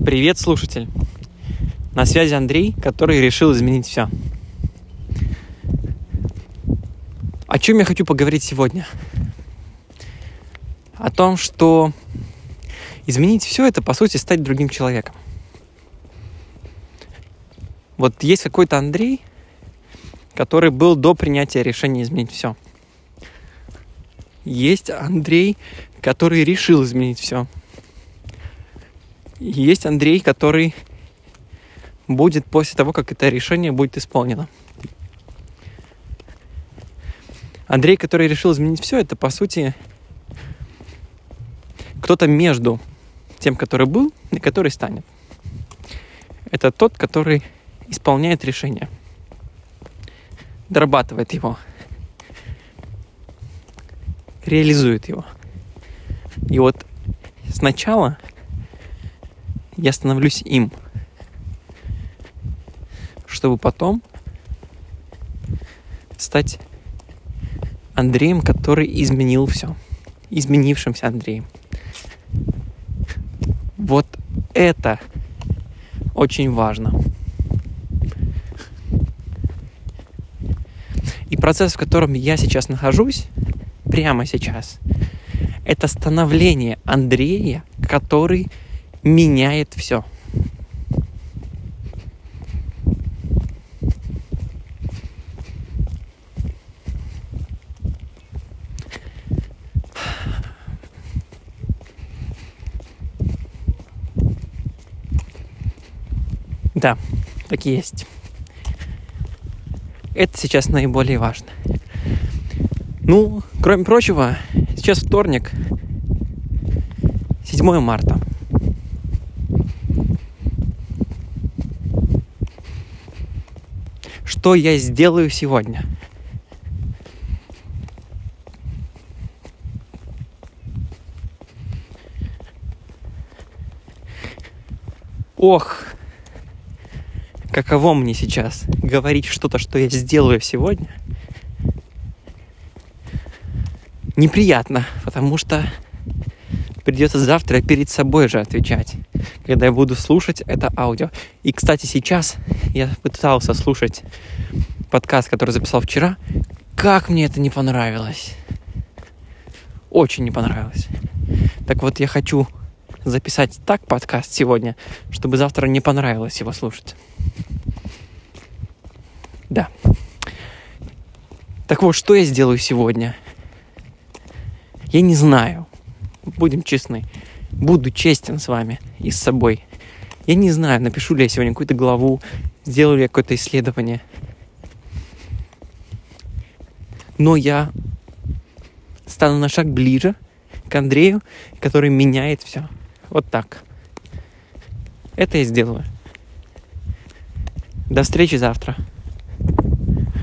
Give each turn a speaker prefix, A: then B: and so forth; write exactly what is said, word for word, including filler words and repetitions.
A: Привет, слушатель! На связи Андрей, который решил изменить все. О чем я хочу поговорить сегодня? О том, что изменить все — это, по сути, стать другим человеком. Вот есть какой-то Андрей, который был до принятия решения изменить все. Есть Андрей, который решил изменить все. Есть Андрей, который будет после того, как это решение будет исполнено. Андрей, который решил изменить все, это, по сути, кто-то между тем, который был, и который станет. Это тот, который исполняет решение, дорабатывает его, реализует его. И вот сначала я становлюсь им, чтобы потом стать Андреем, который изменил все, изменившимся Андреем. Вот это очень важно. И процесс, в котором я сейчас нахожусь, прямо сейчас, это становление Андрея, который меняет все. Да, так и есть. Это сейчас наиболее важно. Ну, кроме прочего, сейчас вторник, седьмое марта. Что я сделаю сегодня? Ох, каково мне сейчас говорить что-то, что я сделаю сегодня. Неприятно, потому что придется завтра перед собой же отвечать, когда я буду слушать это аудио. И, кстати, сейчас я пытался слушать подкаст, который записал вчера. Как мне это не понравилось. Очень не понравилось. Так вот, я хочу записать так подкаст сегодня, чтобы завтра не понравилось его слушать. Да. Так вот, что я сделаю сегодня? Я не знаю. Будем честны. Буду честен с вами и с собой. Я не знаю, напишу ли я сегодня какую-то главу, сделаю ли я какое-то исследование. Но я стану на шаг ближе к Андрею, который меняет все. Вот так. Это я сделаю. До встречи завтра.